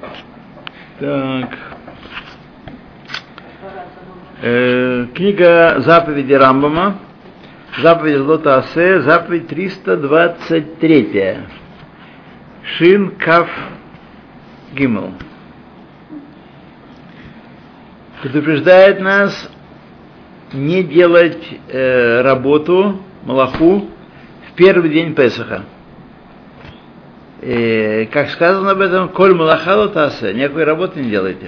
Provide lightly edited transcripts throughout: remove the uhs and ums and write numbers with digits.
Так. Книга заповеди Рамбама. Заповедь Лота Асе, заповедь 323. Шин Каф Гимл. Предупреждает нас не делать работу, малаху, в первый день Песаха. Как сказано об этом, коль малаха Лота Асе, никакой работы не делайте.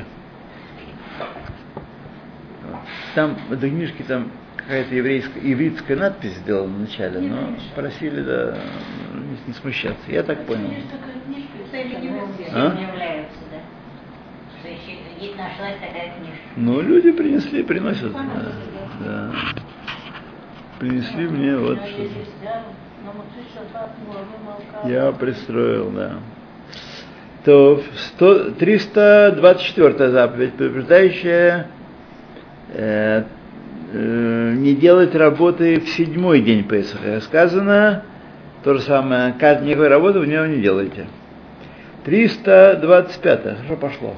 Там в этой книжке там какая-то еврейская надпись сделана в начале, но просили не смущаться. Я так понял. Ну, люди приносят. Да. Принесли мне вот что-то. Я пристроил, да. То 324 заповедь, предупреждающая не делать работы в седьмой день Песаха. Сказано то же самое, никакой работы в него не делайте. 325. Хорошо пошло.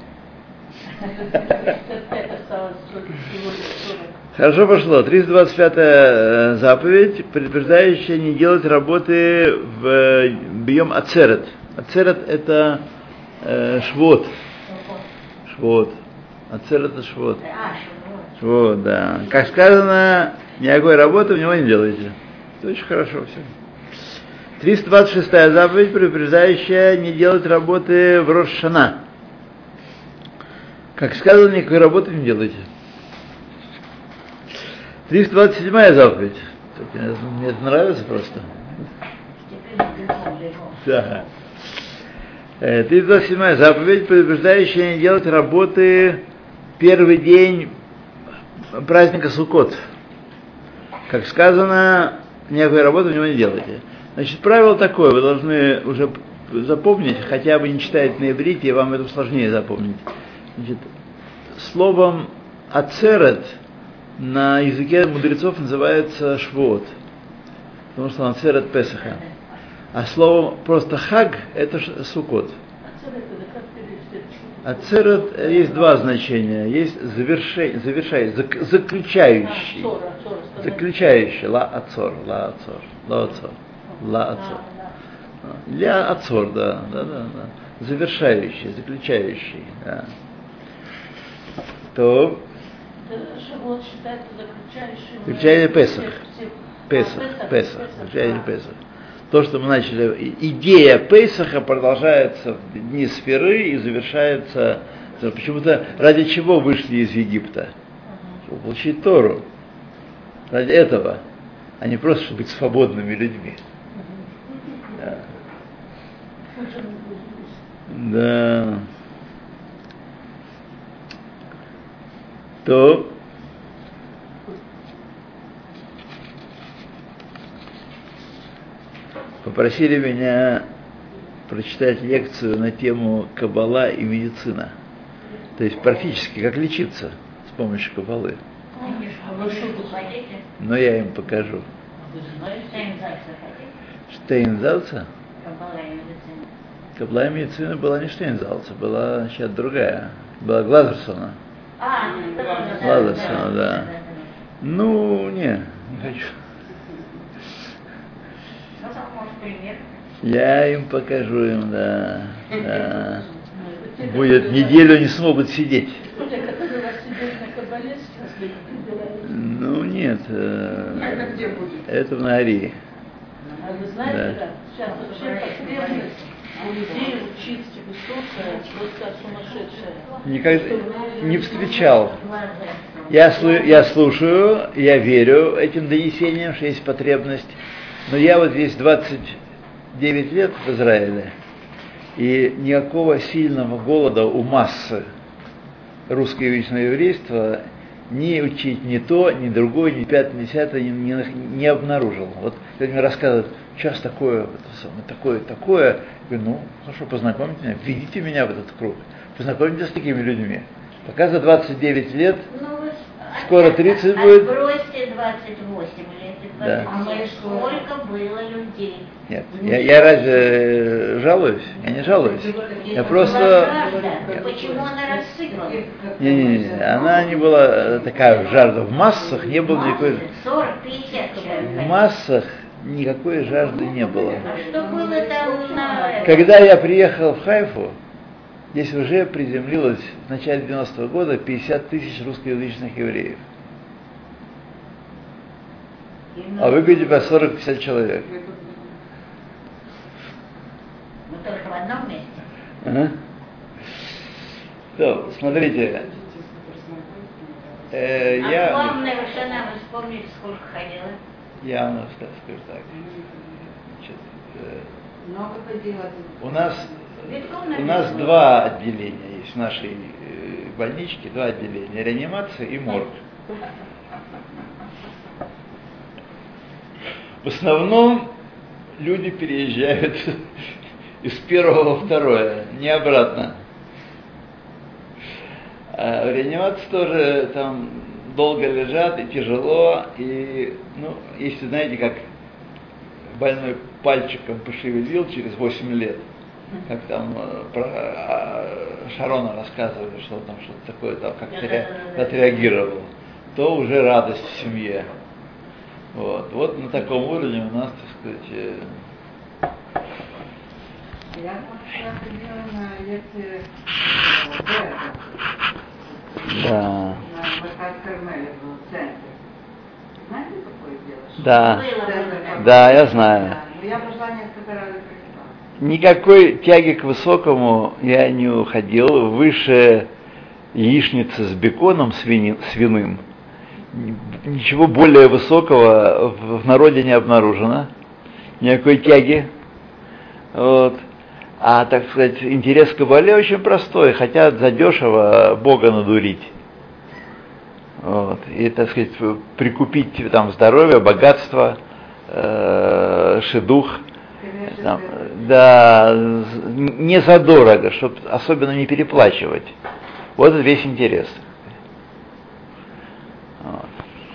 Хорошо пошло. 325 заповедь, предупреждающая не делать работы в бьем ацерет. Ацерет это швот. Швот. Ацерет это швот. Вот, да. Как сказано, никакой работы в него не делайте. Это очень хорошо все. 326 заповедь, предупреждающая не делать работы в Рош Шана. Как сказано, никакой работы не делайте. 327 заповедь. Мне это нравится просто. Да. 327 заповедь, предупреждающая не делать работы первый день праздника Суккот. Как сказано, никакой работы в него не делайте. Значит, правило такое, вы должны уже запомнить, хотя бы не читаете на иврите, и вам это сложнее запомнить. Значит, словом ацерет на языке мудрецов называется швот, потому что он ацерет Песаха. А словом просто хаг это Суккот. Ацерет есть два значения. Есть заключающий, ла ацор. Ля ацор, да. Завершающий, заключающий, да. То Шавуот считается заключающий Песах. Заключающий Песах. То, что мы начали, идея Песаха продолжается в дни Сферы и завершается. Почему-то ради чего вышли из Египта? Чтобы получить Тору. Ради этого, а не просто чтобы быть свободными людьми. Да. То попросили меня прочитать лекцию на тему Каббала и медицина. То есть практически как лечиться с помощью Каббалы. Но я им покажу. Штейнзальца? Каббала и медицина была не Штейнзальца, была сейчас другая. Была Глазерсона. Глазерсона, да. Ну, не хочу. Я им покажу им, да. Будет неделю не смогут сидеть. Ну нет, это в Наарии. А вы знаете, да, сейчас вообще потребность у людей учиться Иисуса просто сумасшедшая. Никогда не встречал. Я слушаю, я верю этим донесениям, что есть потребность. Но я вот здесь 29 лет в Израиле, и никакого сильного голода у массы русскоязычного еврейства ни учить ни то, ни другое, ни пятое, ни десятое не обнаружил. Вот люди мне рассказывают, сейчас такое, такое. Я говорю, ну, хорошо, познакомьте меня, введите меня в этот круг, познакомьтесь с такими людьми. Пока за 29 лет скоро 30 будет. Отбросьте 28 лет и 20 Да. Сколько было людей? Нет, я разве жалуюсь? Я не жалуюсь. Я просто... Почему она рассыпала? Не, она не была такая жажда. В массах не было никакой... 40-50 человек. В массах никакой жажды не было. А что было там на... Когда я приехал в Хайфу, здесь уже приземлилось в начале 90-го года 50 тысяч русскоязычных евреев. А вы говорите по 40-50 человек. Мы только в одном месте. Ага. То, смотрите. Я... Вам, наверное, вы вспомните, сколько ходила? Я вам скажу так. Много ходила. У нас два отделения есть в нашей больничке, два отделения. Реанимация и морг. В основном люди переезжают из первого во второе, не обратно. А в реанимации тоже там долго лежат и тяжело, и, если знаете, как больной пальчиком пошевелил через 8 лет, как там про Шарона рассказывали, что там что-то такое, там как-то отреагировал, то уже радость в семье. Вот на таком уровне у нас, так сказать... Я ходила на лекции Да. на Макар Кармеле в центре. Знаете, какое дело? Да. Центр. Да, я знаю. Да. Я пошла несколько раз и пришла. Никакой тяги к высокому я не уходил. Выше яичницы с беконом свиным. Ничего более высокого в народе не обнаружено. Никакой тяги. Вот. А, так сказать, интерес к кабале очень простой. Хотят задешево Бога надурить. Вот. И, так сказать, прикупить там здоровье, богатство, шедух. Там, да, не задорого, чтобы особенно не переплачивать. Вот это весь интерес. Вот.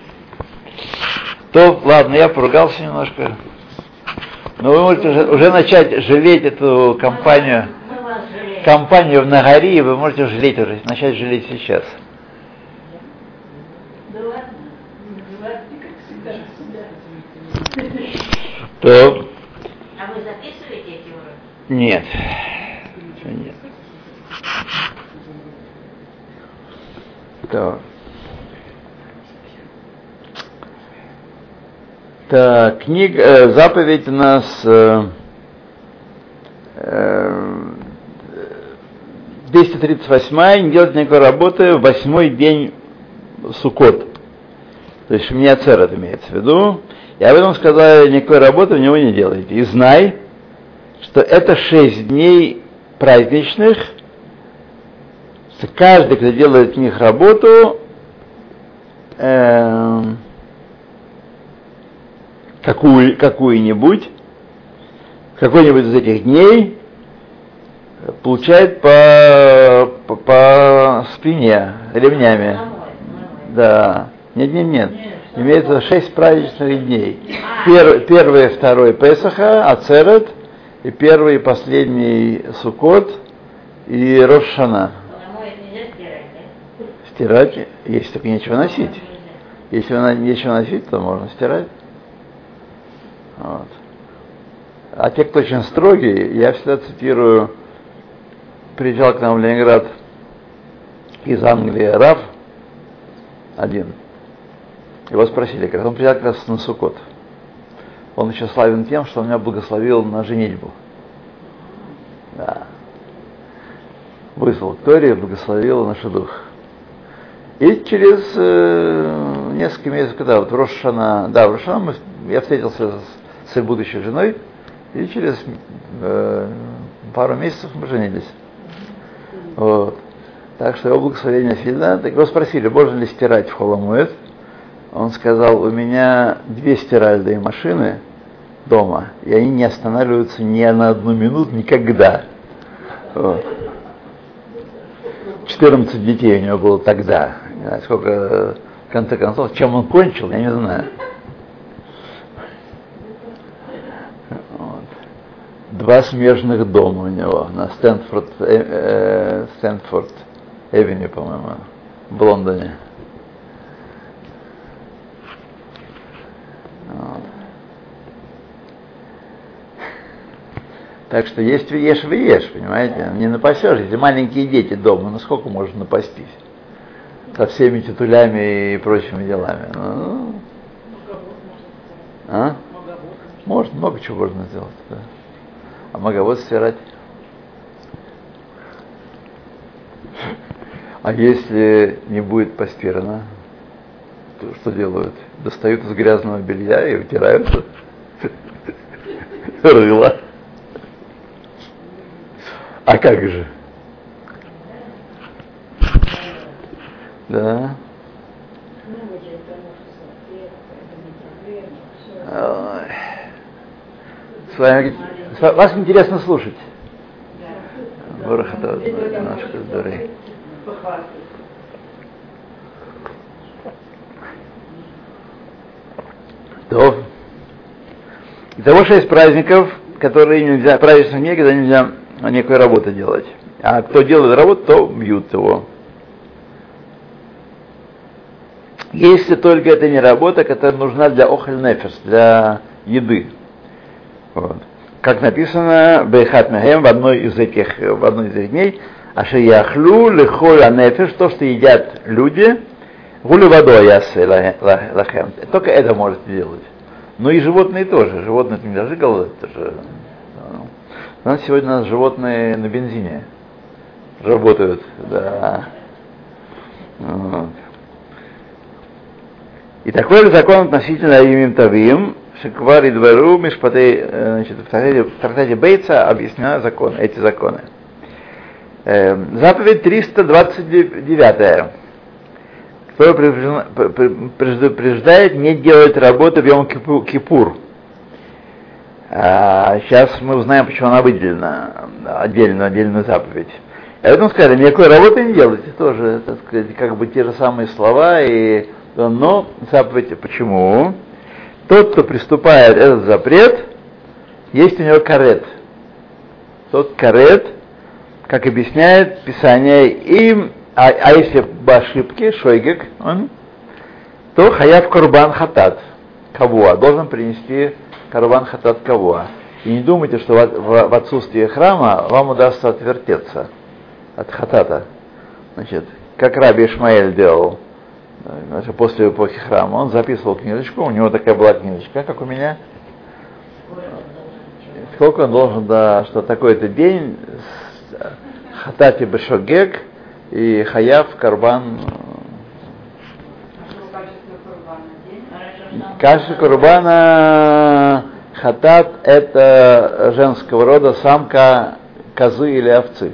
То, ладно, я поругался немножко. Но вы можете уже начать жалеть эту компанию в Нагари, вы можете жалеть уже, начать жалеть сейчас. Да ладно, называйте, как всегда, себя. То... А вы записываете эти уроки? Нет. Нет. То. Так, книга, заповедь у нас 238-я, не делать никакой работы в 8-й день Суккот. То есть у меня церет имеется в виду. И об этом сказали, никакой работы в него не делайте. И знай, что это 6 дней праздничных. Каждый, кто делает в них работу, какой-нибудь из этих дней получает по спине ремнями. Да. Нет. Имеется 6 праздничных дней. Первый и второй Песаха, Ацерет, и первый и последний Суккот, и Рош Шана. Стирать, если только нечего носить. Если нечего носить, то можно стирать. Вот. А те, кто очень строгий, я всегда цитирую, приезжал к нам в Ленинград из Англии Рав один. Его спросили, когда он приехал как раз на Суккот. Он еще славен тем, что он меня благословил на женитьбу. Да. Вызвал к Торе, благословил на шедух. И через несколько месяцев, когда в Рош Шана, я встретился с своей будущей женой, и через пару месяцев мы женились. Вот. Так что его благословение сильно. Так его спросили, можно ли стирать в Холомоэд. Он сказал, у меня 2 стиральные машины дома, и они не останавливаются ни на 1 минуту никогда. Вот. 14 детей у него было тогда. Сколько В конце концов, чем он кончил, я не знаю. Вот. 2 смежных дома у него на Стэнфорд Эвеню, по-моему, в Лондоне. Вот. Так что есть ешь, понимаете, не напасешь. Если маленькие дети дома, ну сколько можно напастись? Со всеми титулями и прочими делами. Может, много чего можно сделать, да. А маговод стирать. А если не будет постирано, то что делают? Достают из грязного белья и утирают рыло. А как же? Да. Вас интересно слушать. То. Итого 6 праздников, которые нельзя, праздничных дней, когда нельзя некой работы делать. А кто делает работу, то бьют его. Если только это не работа, которая нужна для охель нефеш, для еды. Вот. Как написано Бейхат Мехем в одной из этих дней, аши яхлу лехоль анефеш, то, что едят люди, гулю водой ясы лахем. Только это можете делать. Но и животные тоже. Животные не должны голодать. У нас сегодня животные на бензине работают. Да. Вот. И такой же закон относительно Юмим Тавим, Шеквар и Двору, Мишпатей, в трактате Бейтса объяснены эти законы. Заповедь 329, которая предупреждает не делать работу в Йом-Кипур. Сейчас мы узнаем, почему она выделена, отдельную заповедь. И поэтому сказали, никакой работы не делайте, тоже, так сказать, как бы те же самые слова, но заповедь почему? Тот, кто приступает этот запрет, есть у него карет. Тот карет, как объясняет Писание, а если по ошибке, шойгек, то хаяв корбан хатат, кавуа, должен принести корбан хатат кавуа. И не думайте, что в отсутствии храма вам удастся отвертеться от хатата. Значит, как Раби Ишмаэль делал, после эпохи храма, он записывал книжечку, у него такая была книжечка, как у меня. Сколько он должен, да, что такой-то день, хатати бешогек и хаяв карбан. Качество курбана хатат — это женского рода самка козы или овцы.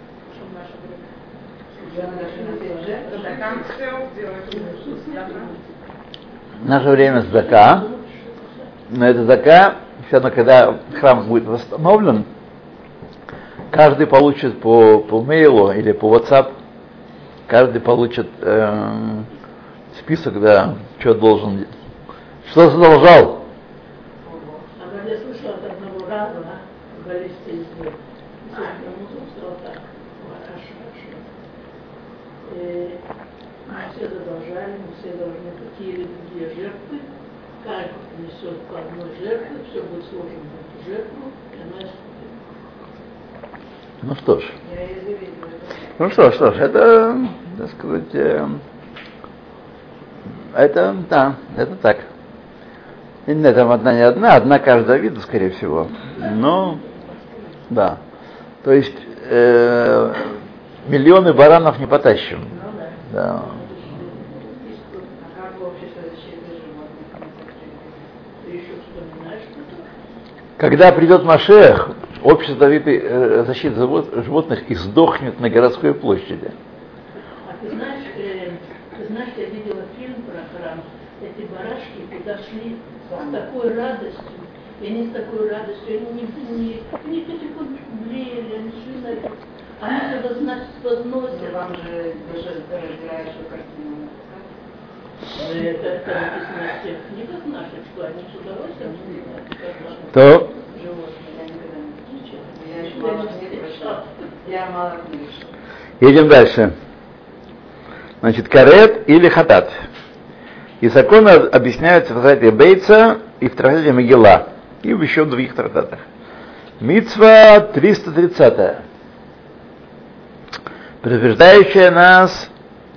В наше время зака, но это зака, все равно, когда храм будет восстановлен, каждый получит по мейлу или по WhatsApp, каждый получит список, да, что должен, что задолжал. Я слышала от одного раза, баллисты из сказал так, мы все задолжали, мы все должны какие или другие жертвы, каждый принесет по одной жертве, все будет сложено в эту жертву, и она искупит. Ну что ж. Это, так сказать, это так. И нет, там одна не одна каждого вида, скорее всего. Но, да. То есть, миллионы баранов не потащим. Да. Когда придет Машиах, общество защиты животных издохнет на городской площади. А ты знаешь, я видела фильм про храм. Эти барашки подошли с такой радостью. И они с такой радостью, они не потихонечку блеяли, они шли на это. Они, когда, значит, возносят. Вам же даже разбираешь картину. Это написано в всех книгах наших, что они с удовольствием То Я мало книг. едем дальше. Значит, карет или хатат. И законы объясняются в трактате Бейца и в трактате Мегилла, и еще в других трактатах. Мицва 330, предупреждающая нас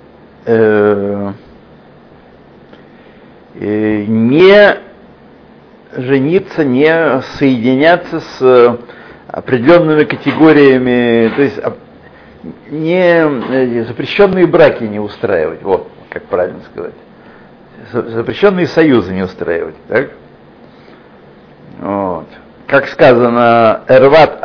не жениться, не соединяться с определенными категориями, то есть не запрещенные браки не устраивать, вот, как правильно сказать. Запрещенные союзы не устраивать, так? Вот. Как сказано, эрват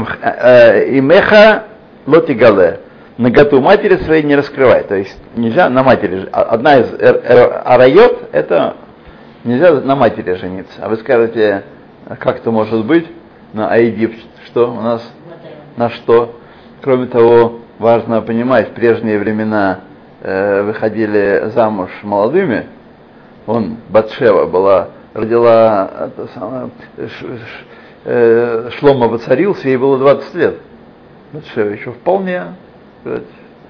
имеха лотигале, наготу матери своей не раскрывай. То есть нельзя на матери, одна из арайот, это нельзя на матери жениться. А вы скажете, как это может быть? На айди, что у нас? На что? Кроме того, важно понимать, в прежние времена выходили замуж молодыми. Батшева родила Шломо воцарился, ей было 20 лет. Батшева еще вполне, сказать,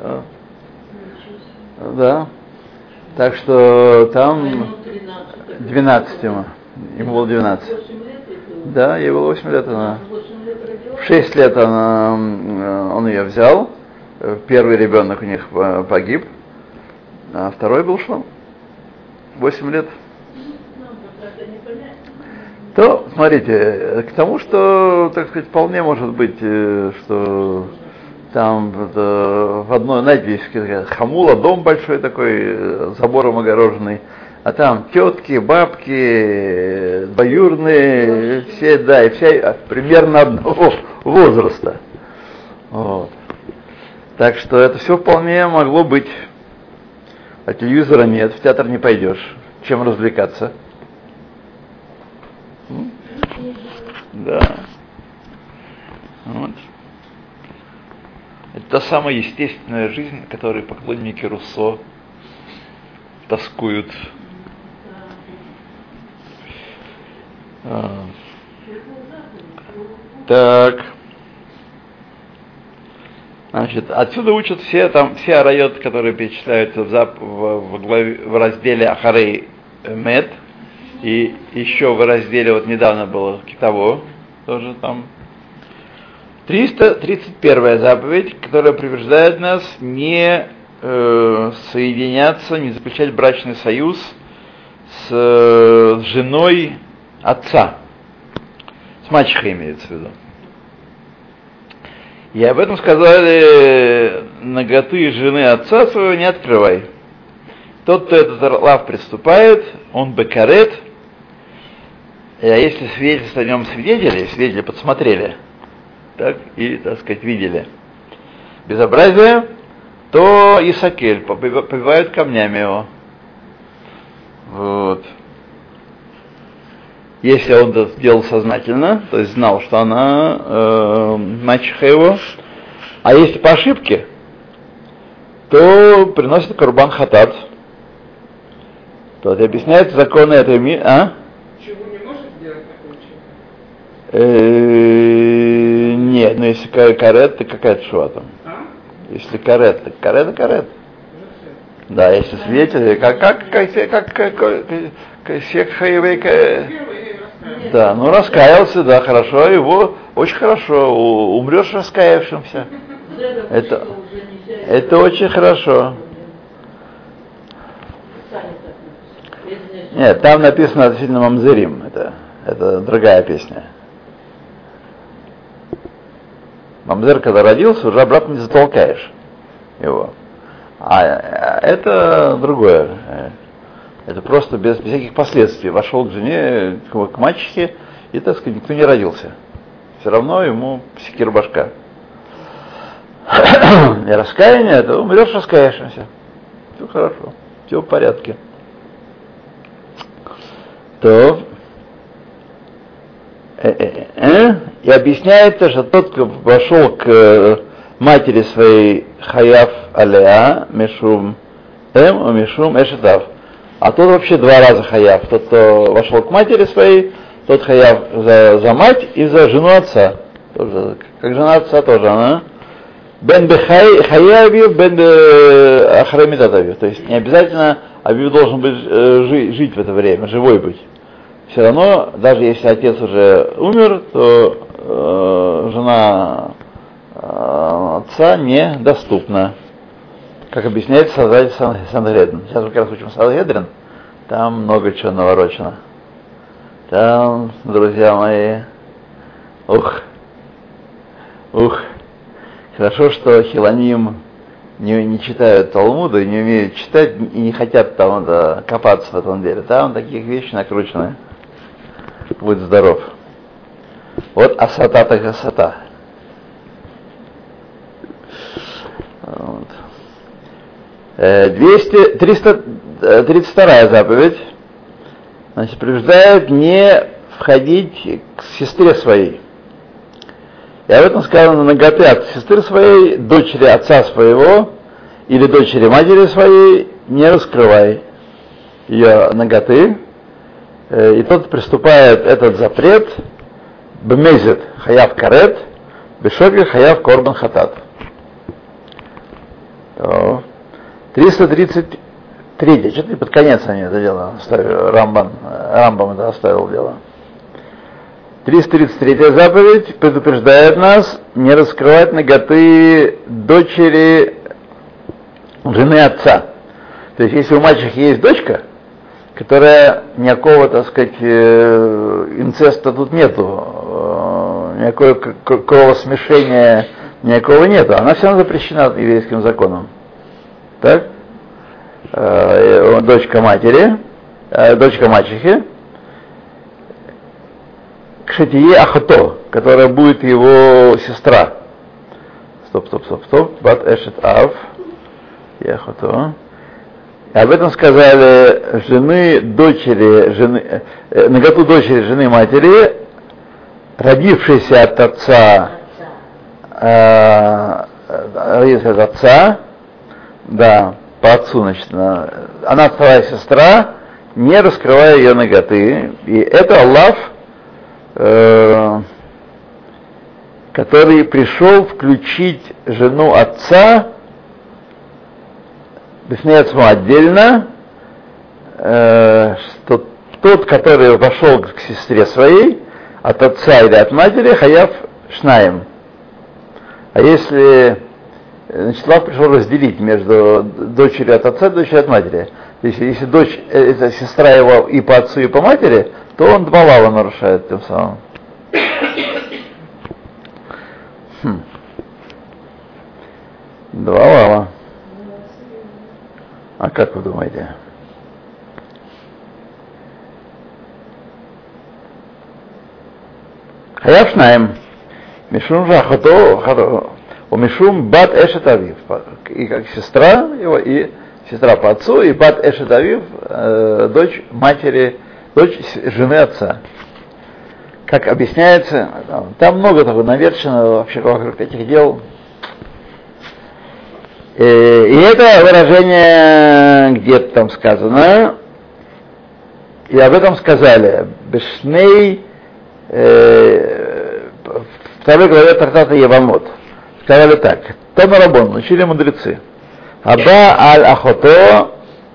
да. Так что там 12 ему было 12. Да, ей было 8 лет она. В 6 лет он ее взял. Первый ребенок у них погиб, а второй был Шломо. 8 лет. То, смотрите, к тому, что, так сказать, вполне может быть, что там в одной, знаете, есть хамула, дом большой такой, забором огороженный, а там тетки, бабки, двоюродные, все, да, и все примерно одного возраста. Вот. Так что это все вполне могло быть. А телевизора нет, в театр не пойдешь. Чем развлекаться? Да. Вот. Это та самая естественная жизнь, которой поклонники Руссо тоскуют. Так. Значит, отсюда учат все арайот, которые перечисляются в разделе Ахарей Мед, и еще в разделе, вот недавно было Китаво, тоже там. 331 заповедь, которая предупреждает нас не соединяться, не заключать брачный союз с женой отца, с мачехой имеется в виду. И об этом сказали: наготы жены отца своего не открывай. Тот, кто этот лав приступает, он бекарет, а если свидетельство о нем свидетели подсмотрели, так, и, так сказать, видели безобразие, то Исакель, побивают камнями его. Вот. Если он это сделал сознательно, то есть знал, что она мачеха его, а если по ошибке, то приносит карбан хатат. То это объясняет законы этой мира. Чего не может сделать такой человек? Нет, но если карет, то какая-то шува там. Если карет, то карет. Да, если свидетели, как да, ну раскаялся, да, хорошо, его очень хорошо, умрешь раскаявшимся. Это очень хорошо. Нет, там написано относительно мамзерим, это другая песня. Мамзер, когда родился, уже обратно не затолкаешь его. А это другое. Это просто без всяких последствий. Вошел к жене, к мачехе, и, так сказать, никто не родился. Все равно ему секир башка. И раскаяние, то умрешь раскаявшимся. Все хорошо, все в порядке. То и объясняется, что тот, кто вошел к матери своей хаяв алеа, мешум мешум эшетав, А тот вообще 2 раза хаяв. Тот, кто вошел к матери своей, тот хаяв за мать и за жену отца. Тоже, как жена отца тоже она. Бен бехай хаявив, бен ахрамитатавив. То есть не обязательно авив должен быть жить в это время, живой быть. Все равно, даже если отец уже умер, то жена отца недоступна. Как объясняет создатель Сангедрин. Сейчас мы как раз учим Сангедрин, там много чего наворочено. Там, друзья мои, хорошо, что хилоним не читают Талмуда, не умеют читать и не хотят там копаться в этом деле. Там таких вещей накручены. Будь здоров. Вот асата так асата. Вот. 332 заповедь, значит, предупреждает не входить к сестре своей. И об этом сказано наготы от сестры своей, дочери отца своего или дочери матери своей, не раскрывай ее наготы. И тот приступает этот запрет, бмезет хаяв карет, бешоги хаяв корбан хатат. 333. Что-то под конец они это дело оставили. Рамбам это оставил дело. 333 заповедь предупреждает нас не раскрывать наготы дочери жены отца. То есть, если у мальчика есть дочка, которая никакого, так сказать, инцеста тут нету, никакого кровосмешения никакого нету, она все равно запрещена еврейским законом. Так? Дочка мачехи, кшетие ахото, которая будет его сестра. Стоп. Бат эшет ав, яхото. И об этом сказали наготу дочери жены матери, родившейся от отца, да, по отцу, значит, она вторая сестра, не раскрывая ее наготы. И это Аллах, который пришел включить жену отца, объясняется отдельно, что тот, который вошел к сестре своей, от отца или от матери, хаяв шнаем. А если, значит, Аллах пришел разделить между дочерью от отца и дочерью от матери. То есть, если дочь, это сестра его и по отцу, и по матери, то он 2 лава нарушает тем самым. 2 лава. А как вы думаете? Хаяв шнаем. Мишум жахато, умишум бат эшет авив. И как сестра его, и сестра по отцу, и бат эшет авив, дочь жены отца. Как объясняется, там много такого наверчено вообще вокруг этих дел. И это выражение где-то там сказано, и об этом сказали. Бешней, второй главе трактата Евамот. Сказали так. Томарабон, учили мудрецы. Аба аль-Ахото,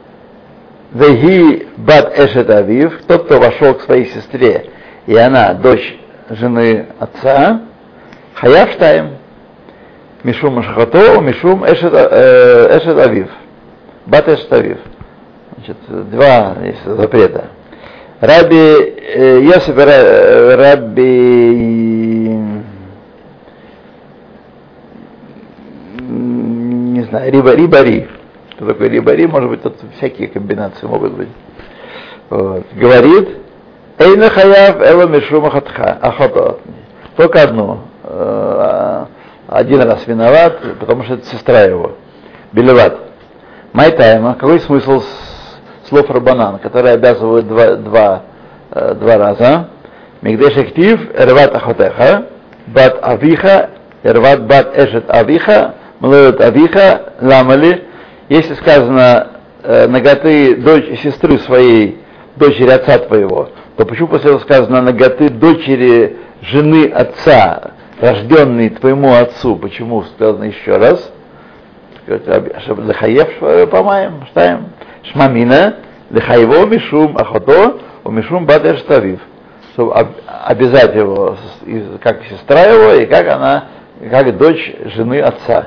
веги бат эшет авив, тот, кто вошел к своей сестре, и она дочь жены отца, хаяв штаем. Мишум Машхато, Мишум Эшет Авив. Бат Эшет Авив. Значит, 2 есть запрета. Раби Йосиф, не знаю, Рибари. Что такое Рибари? Может быть, тут всякие комбинации могут быть. Вот. Говорит, Эйна Хаяв Эла Мишум Ахато. Только одно. Один раз виноват, потому что это сестра его. Белеват. Майтайма. Какой смысл слов Рабанан, которые обязывают два раза? Мигдеш актив, эрват ахотеха, бат авиха, эрват бат эшет авиха, млоет авиха, ламали. Если сказано наготы сестры своей, дочери отца твоего, то почему после этого сказано наготы дочери жены отца, рожденной твоему отцу? Почему сказано еще раз? Лехаев помаем, ставим. Шмамина, лехаево мишум ахото, у мишум бадеш тавив. Чтобы обязать его, как сестра его, и как она, как дочь жены отца.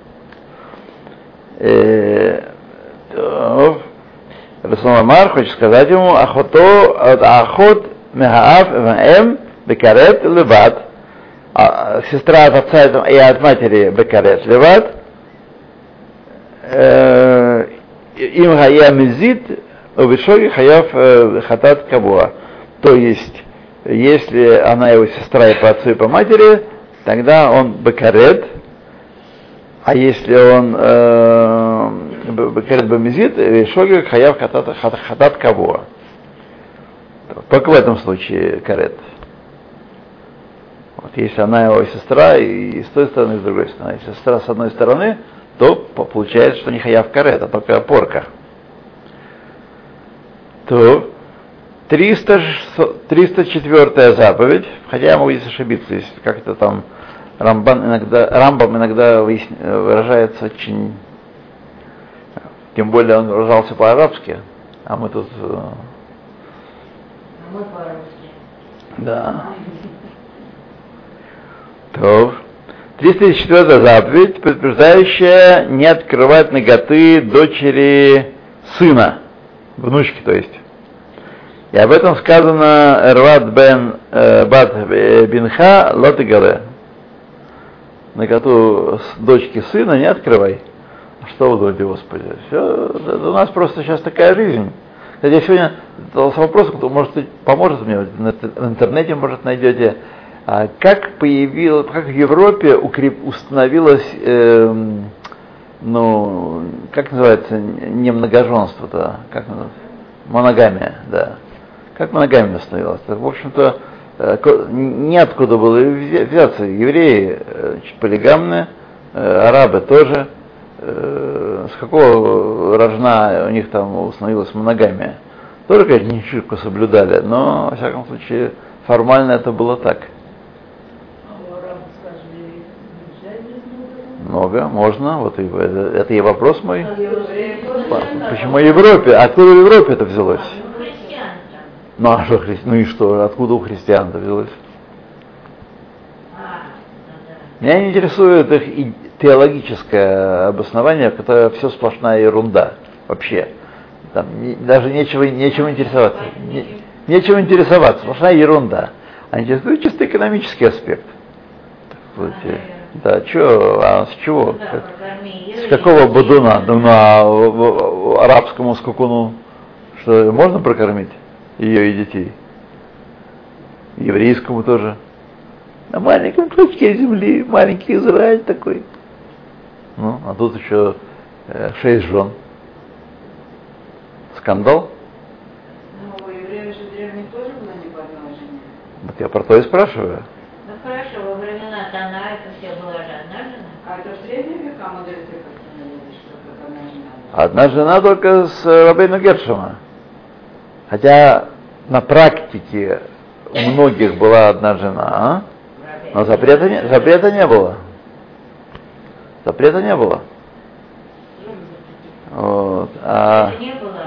Расул Амар хочет сказать ему, ахот мегаав эм бекарет леват. Сестра от отца и от матери бекарет леват. Им хая мезит, увешоги хаяв хатат кабуа. То есть, если она его сестра и по отцу, и по матери, тогда он бекарет, а если он бекарет бамезит, вешоги хаяв хатат кабуа. Только в этом случае карет. Вот, если она его сестра, и с той стороны, и с другой стороны. Если сестра с одной стороны, то получается, что не хаяв карет, а только порка. То 304-я заповедь, хотя я могу здесь ошибиться, если как-то там Рамбам иногда выражается очень, тем более он выражался по-арабски, а мы тут... Мы по-русски. Да. То 304-я заповедь, предупреждающая не открывать наготы дочери сына, внучки, то есть. И об этом сказано Эрват бен Бат Бинха Лотигале. Наготу дочки сына не открывай. Что вы думаете, Господи? Все, у нас просто сейчас такая жизнь. Кстати, я сегодня задался вопросом, кто может поможет мне, в интернете, может, найдете, как в Европе установилось, как называется, не многоженство-то, как называется? Моногамия, да. Как моногамия установилась? В общем-то, неоткуда было взяться. Евреи полигамные, арабы тоже. С какого рожна у них там установилась моногамия? Тоже, конечно, не чутко соблюдали, но, во всяком случае, формально это было так. Много, можно, вот это и вопрос мой. Почему в Европе? Откуда в Европе это взялось? Ну а что, ну и что, откуда у христиан это взялось? Меня не интересует их теологическое обоснование, которое все сплошная ерунда вообще. Там даже нечем интересоваться. Нечем интересоваться, сплошная ерунда. А интересует чисто экономический аспект. Да, с чего? С какого бодуна? Арабскому скакуну, что можно прокормить ее и детей? Еврейскому тоже. На маленьком клочке земли, маленький Израиль такой. Ну, а тут еще 6 жен. Скандал? Ну, у евреев же древних тоже было не по одной жене. Вот я про то и спрашиваю. Ну хорошо, во времена Тана это все была же одна жена. А это в средние века мудрецы постановили, что как одна жена. Одна жена только с Рабейну Гершома. Хотя на практике у многих была одна жена, но запрета не было. Запрета не было. Вот. Это не было.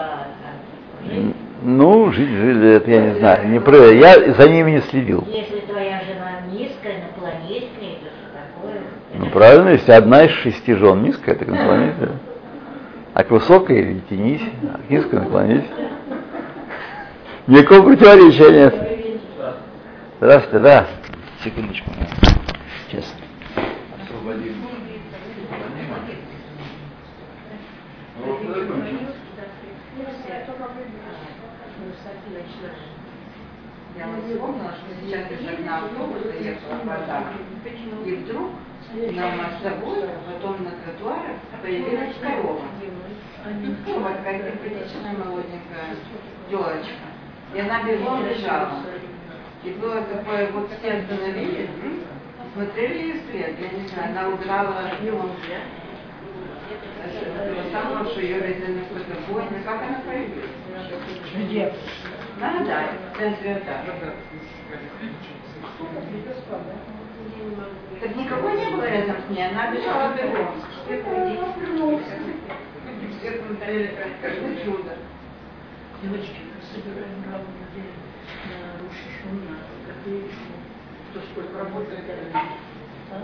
Ну, жили, это я не знаю. Я за ними не следил. Если твоя жена низкая, наклонись к ней, то что такое? Ну правильно, если одна из 6 жен низкая, так наклонись. А к высокой тянись, а к низкой наклонись. Никакого противоречия нет. Здравствуйте, да. Секундочку. Сейчас. Освободим. Я вот вспомнила, что сейчас я на автобусе ехала в Базар, и вдруг на мостовой, потом на тротуаре появилась корова. Корова такая симпатичная, молоденькая телочка. И она бегом бежала. И было такое, вот все остановились, смотрели ей вслед, я не знаю, она убрала самого что ее родили какой-то войны, как она появилась? Где? Да, в центре, да. Так никого не было рядом с ней, она бежала бегом. Все смотрели, какое чудо. Девочки, собираем равно людей на Рош-ха-Шана, Гадей Шму. То, сколько работает, А?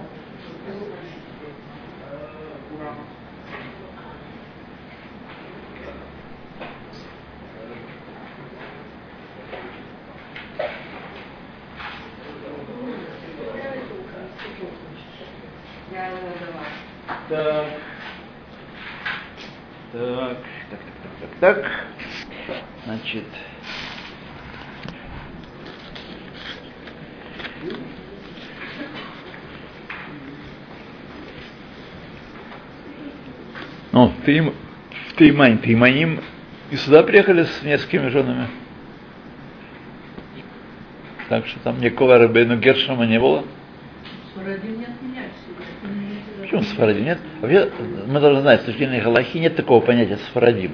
Я задала. Так. Значит. Ну, в Тейманим и сюда приехали с несколькими женами. Так что там никакого Рабейну Гершома не было. Сфарадим не отменяют себя. Почему сфарадим нет? Вообще, мы должны знать, с точки зрения галахи нет такого понятия сфарадим.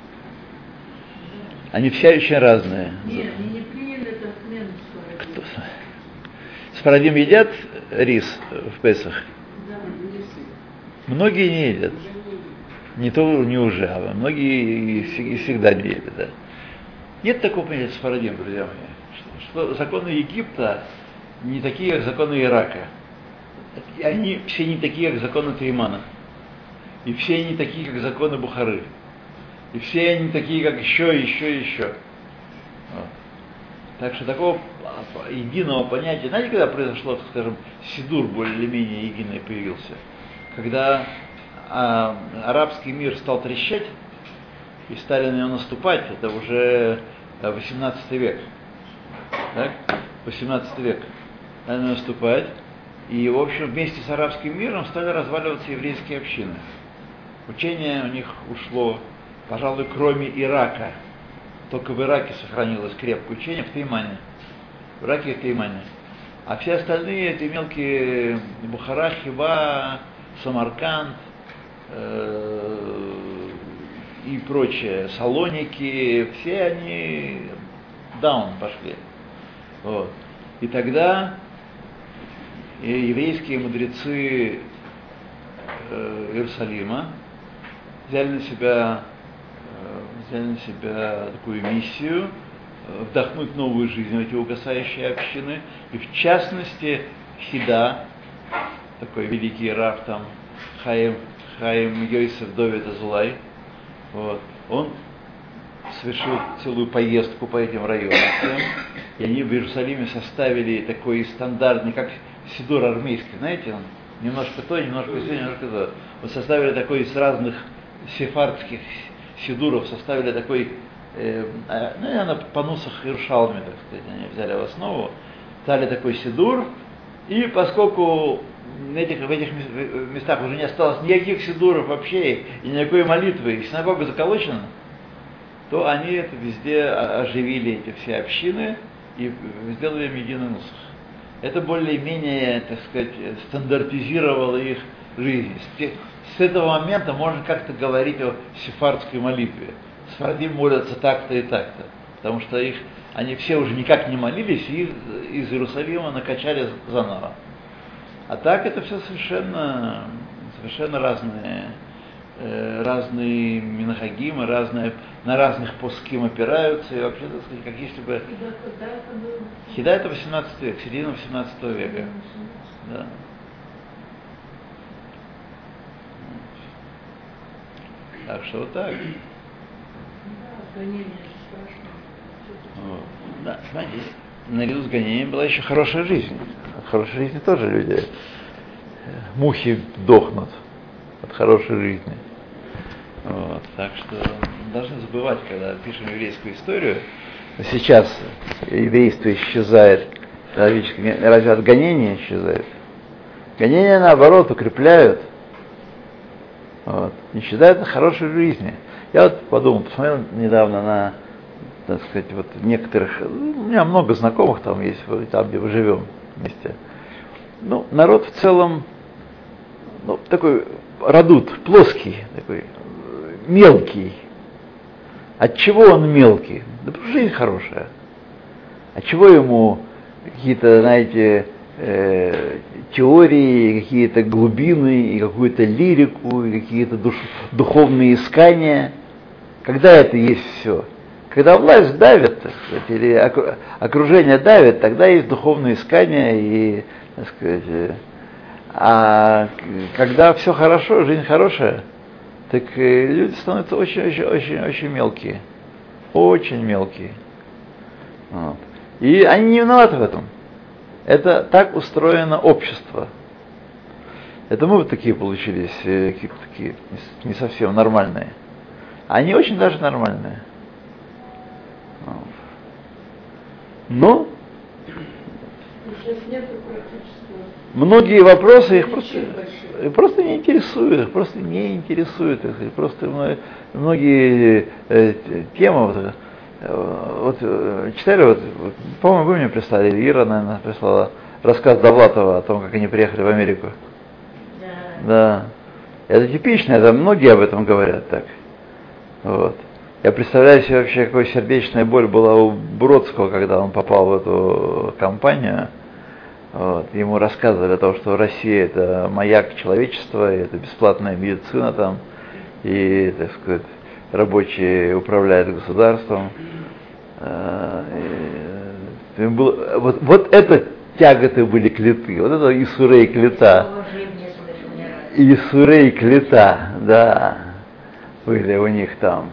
Они все очень разные. Нет, они не приняли эту отмену сфарадим. Сфарадим едят рис в Песах? Да, Многие не едят. Не то не уже, а многие и всегда не едят. Да. Нет такого понятия сфарадим, друзья мои. Что законы Египта не такие, как законы Ирака. И они все не такие, как законы Теймана. И все не такие, как законы Бухары. И все они такие, как еще. Вот. Так что такого единого понятия. Знаете, когда произошло, скажем, Сидур более-менее единый появился? Когда арабский мир стал трещать и стали на него наступать, это уже 18 век. Так? 18 век. Стали наступать. И, в общем, вместе с арабским миром стали разваливаться еврейские общины. Учение у них ушло, пожалуй, кроме Ирака. Только в Ираке сохранилось крепкое учение, в Теймане. В Ираке и Теймане. А все остальные, эти мелкие Бухара, Хива, Самарканд и прочее, Салоники, все они даун пошли. Вот. И тогда еврейские мудрецы Иерусалима взяли на себя такую миссию вдохнуть новую жизнь в эти угасающие общины. И в частности Хида, такой великий рав там, Хаим Йосеф Довид Азулай, вот, он совершил целую поездку по этим районам, и они в Иерусалиме составили такой стандартный, как сидур армейский, знаете, он немножко то, немножко то, немножко то. Вот составили такой из разных сефардских сидуров, составили такой, наверное, по нусах Иерушалме, так сказать, они взяли в основу, дали такой сидур, и поскольку в этих местах уже не осталось никаких сидуров вообще, и никакой молитвы, и синагога заколочена, то они это везде оживили, эти все общины, и сделали им единый нусах. Это более-менее, так сказать, стандартизировало их жизнь. С этого момента можно как-то говорить о сефардской молитве. Сефардим молятся так-то и так-то, потому что они все уже никак не молились, и из Иерусалима накачали заново. А так это все совершенно разные минхагимы, на разных поским опираются, и вообще, так сказать, как если бы... Хида это 18 век, середина 18 века. Да. Так что вот так. Вот. Да, смотрите, наряду с гонением была еще хорошая жизнь. От хорошей жизни тоже люди, мухи дохнут от хорошей жизни. Вот. Так что должны забывать, когда пишем еврейскую историю. Сейчас еврейство исчезает, разве от гонения исчезает? Гонения, наоборот, укрепляют. Вот. Не считают хорошей жизни. Я вот подумал, посмотрел недавно на, так сказать, вот некоторых, у меня много знакомых там есть, там, где мы живем вместе. Ну, народ в целом, такой радут, плоский, такой, мелкий. От чего он мелкий? Да потому что жизнь хорошая. От чего ему какие-то, знаете, теории, какие-то глубины, и какую-то лирику, и какие-то духовные искания? Когда это есть все? Когда власть давит, так сказать, или окружение давит, тогда есть духовные искания и, так сказать, а когда все хорошо, жизнь хорошая, так люди становятся очень мелкие. Очень мелкие. Вот. И они не виноваты в этом. Это так устроено общество. Это мы вот такие получились, такие не совсем нормальные. Они очень даже нормальные. Вот. Но многие вопросы их просто не интересуют, просто многие темы, вот читали, по-моему, вы мне прислали, Ира, наверное, прислала рассказ Довлатова о том, как они приехали в Америку. Да. Это типично, это многие об этом говорят так. Вот. Я представляю себе вообще, какая сердечная боль была у Бродского, когда он попал в эту компанию. Вот. Ему рассказывали о том, что Россия — это маяк человечества, и это бесплатная медицина там, и, так сказать, рабочие управляют государством. Вот это тяготы были клеты, вот это Исурей клета. Исурей клета, да, были у них там.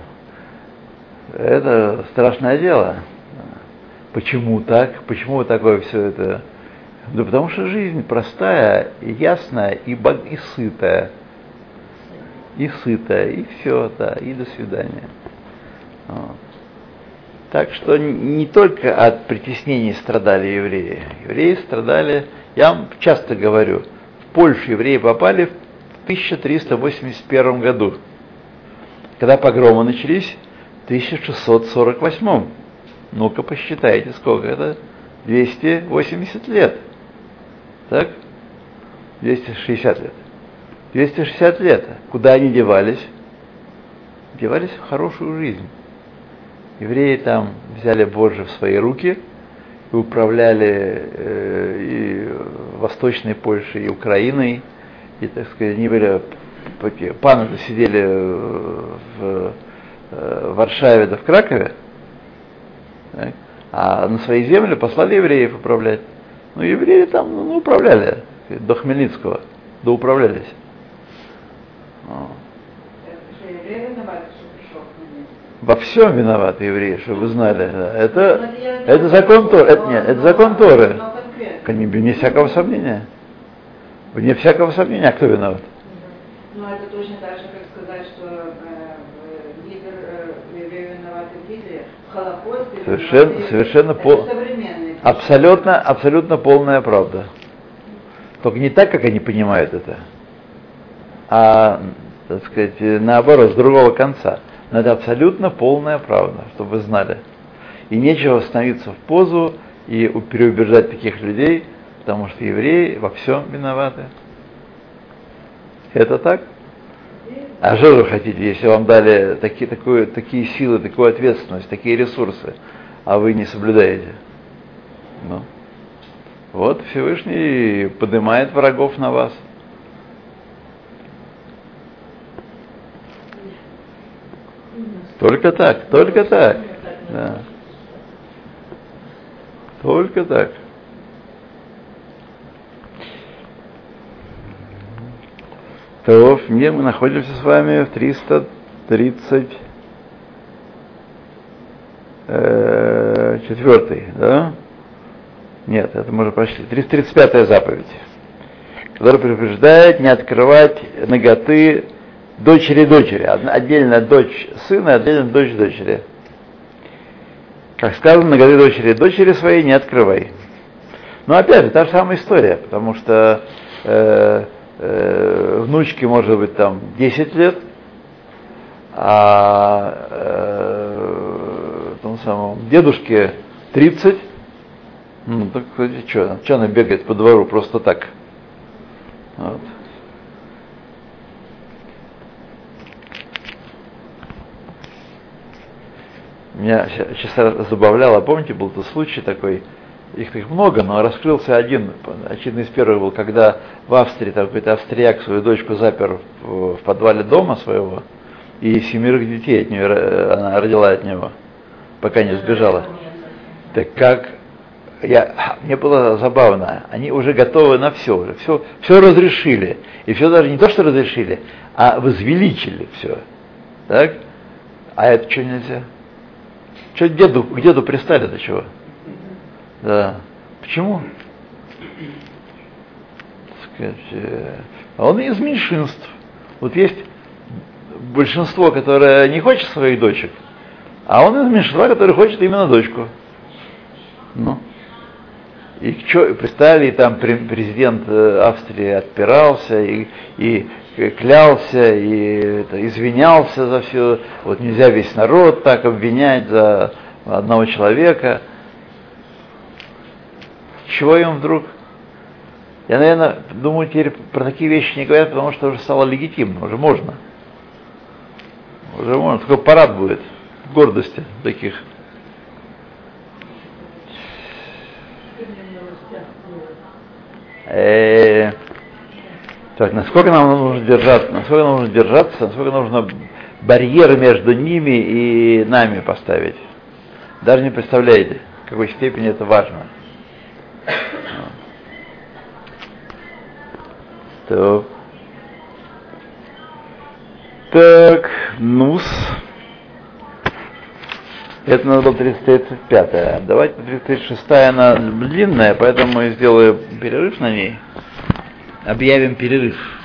Это страшное дело. Почему так? Почему такое все это? Да потому что жизнь простая, и ясная, и сытая. И сытая, и все, да, и до свидания. Вот. Так что не только от притеснений страдали евреи. Евреи страдали, я вам часто говорю, в Польшу евреи попали в 1381 году, когда погромы начались в 1648. Ну-ка посчитайте, сколько это? 280 лет. Так? 260 лет. 260 лет. Куда они девались? Девались в хорошую жизнь. Евреи там взяли Божье в свои руки и управляли и Восточной Польшей, и Украиной. И, так сказать, они были, паны сидели в Варшаве да в Кракове, так? А на свои земли послали евреев управлять. Ну, евреи там управляли, до Хмельницкого, доуправлялись. Во всем виноваты евреи, чтобы вы знали. Это закон Торы. Это закон Торы. Вне всякого сомнения. Вне всякого сомнения, а кто виноват? Ну, это точно так же, как сказать, что евреи виноваты в Гитлере, в Холокосте. Совершенно абсолютно полная правда. Только не так, как они понимают это, а, так сказать, наоборот, с другого конца. Но это абсолютно полная правда, чтобы вы знали. И нечего становиться в позу и переубеждать таких людей, потому что евреи во всем виноваты. Это так? А что вы хотите, если вам дали такие силы, такую ответственность, такие ресурсы, а вы не соблюдаете? Ну. Вот Всевышний поднимает врагов на вас. Только так. Да. Только так. То, где мы находимся с вами в 334, да? Нет, это мы уже прошли. 335-я заповедь, которая предупреждает не открывать наготы дочери. Отдельно дочь сына, отдельно дочь дочери. Как сказано, наготы дочери своей не открывай. Но опять же, та же самая история, потому что внучке может быть там 10 лет, а тому самому дедушке 30. Ну, так что она бегает по двору просто так? Вот. Меня часто забавляло, помните, был тот случай такой, их много, но раскрылся один, очевидно, из первых был, когда в Австрии там какой-то австрияк свою дочку запер в подвале дома своего, и 7 детей от нее, она родила от него, пока не сбежала. Так как, мне было забавно, они уже готовы на все разрешили, и все даже не то, что разрешили, а возвеличили все, так? А это что нельзя? Что к деду пристали-то чего? Да. Почему? А он из меньшинств. Вот есть большинство, которое не хочет своих дочек, а он из меньшинства, который хочет именно дочку. Ну. И что, представили, и там президент Австрии отпирался, и клялся, и извинялся за все. Вот нельзя весь народ так обвинять за одного человека. Чего им вдруг? Я, наверное, думаю, теперь про такие вещи не говорят, потому что уже стало легитимно, уже можно. Уже можно, такой парад будет гордости таких. Так, насколько нам нужно держаться, насколько нужно барьеры между ними и нами поставить. Даже не представляете, в какой степени это важно. Так, ну-с. Это надо было 335-я. Давайте 336-я, она длинная, поэтому мы сделаем перерыв на ней. Объявим перерыв.